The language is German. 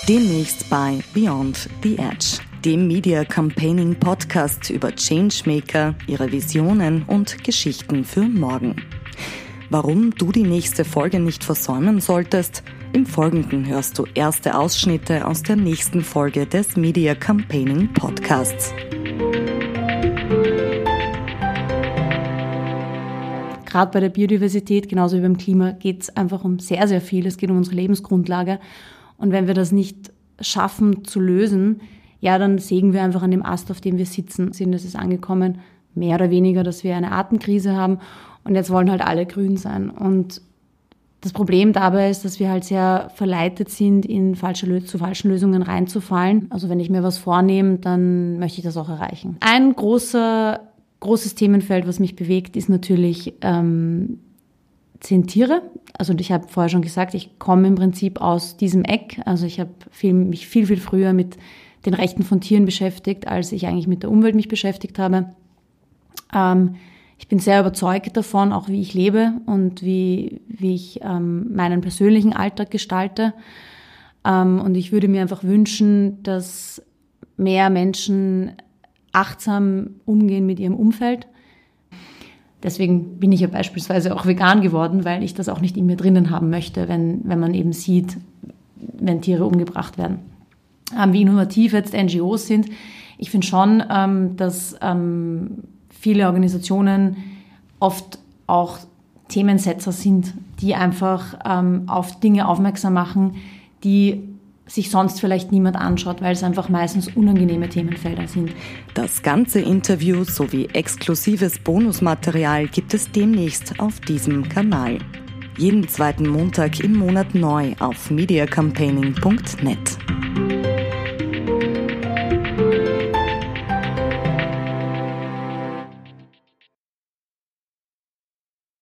Demnächst bei Beyond the Edge, dem Media Campaigning Podcast über Changemaker, ihre Visionen und Geschichten für morgen. Warum du die nächste Folge nicht versäumen solltest? Im Folgenden hörst du erste Ausschnitte aus der nächsten Folge des Media Campaigning Podcasts. Gerade bei der Biodiversität, genauso wie beim Klima, geht es einfach um sehr, sehr viel. Es geht um unsere Lebensgrundlage. Und wenn wir das nicht schaffen zu lösen, ja, dann sägen wir einfach an dem Ast, auf dem wir sitzen. Es ist angekommen, mehr oder weniger, dass wir eine Artenkrise haben. Und jetzt wollen halt alle grün sein. Und das Problem dabei ist, dass wir halt sehr verleitet sind, zu falschen Lösungen reinzufallen. Also wenn ich mir was vornehme, dann möchte ich das auch erreichen. Ein großes Themenfeld, was mich bewegt, ist natürlich sind Tiere. Also ich habe vorher schon gesagt, ich komme im Prinzip aus diesem Eck. Also ich habe mich viel früher mit den Rechten von Tieren beschäftigt, als ich eigentlich mit der Umwelt mich beschäftigt habe. Ich bin sehr überzeugt davon, auch wie ich lebe und wie ich meinen persönlichen Alltag gestalte. Und ich würde mir einfach wünschen, dass mehr Menschen achtsam umgehen mit ihrem Umfeld. Deswegen bin ich ja beispielsweise auch vegan geworden, weil ich das auch nicht in mir drinnen haben möchte, wenn man eben sieht, wenn Tiere umgebracht werden. Wie innovativ jetzt NGOs sind. Ich finde schon, dass viele Organisationen oft auch Themensetzer sind, die einfach auf Dinge aufmerksam machen, die sich sonst vielleicht niemand anschaut, weil es einfach meistens unangenehme Themenfelder sind. Das ganze Interview sowie exklusives Bonusmaterial gibt es demnächst auf diesem Kanal. Jeden zweiten Montag im Monat neu auf mediacampaigning.net.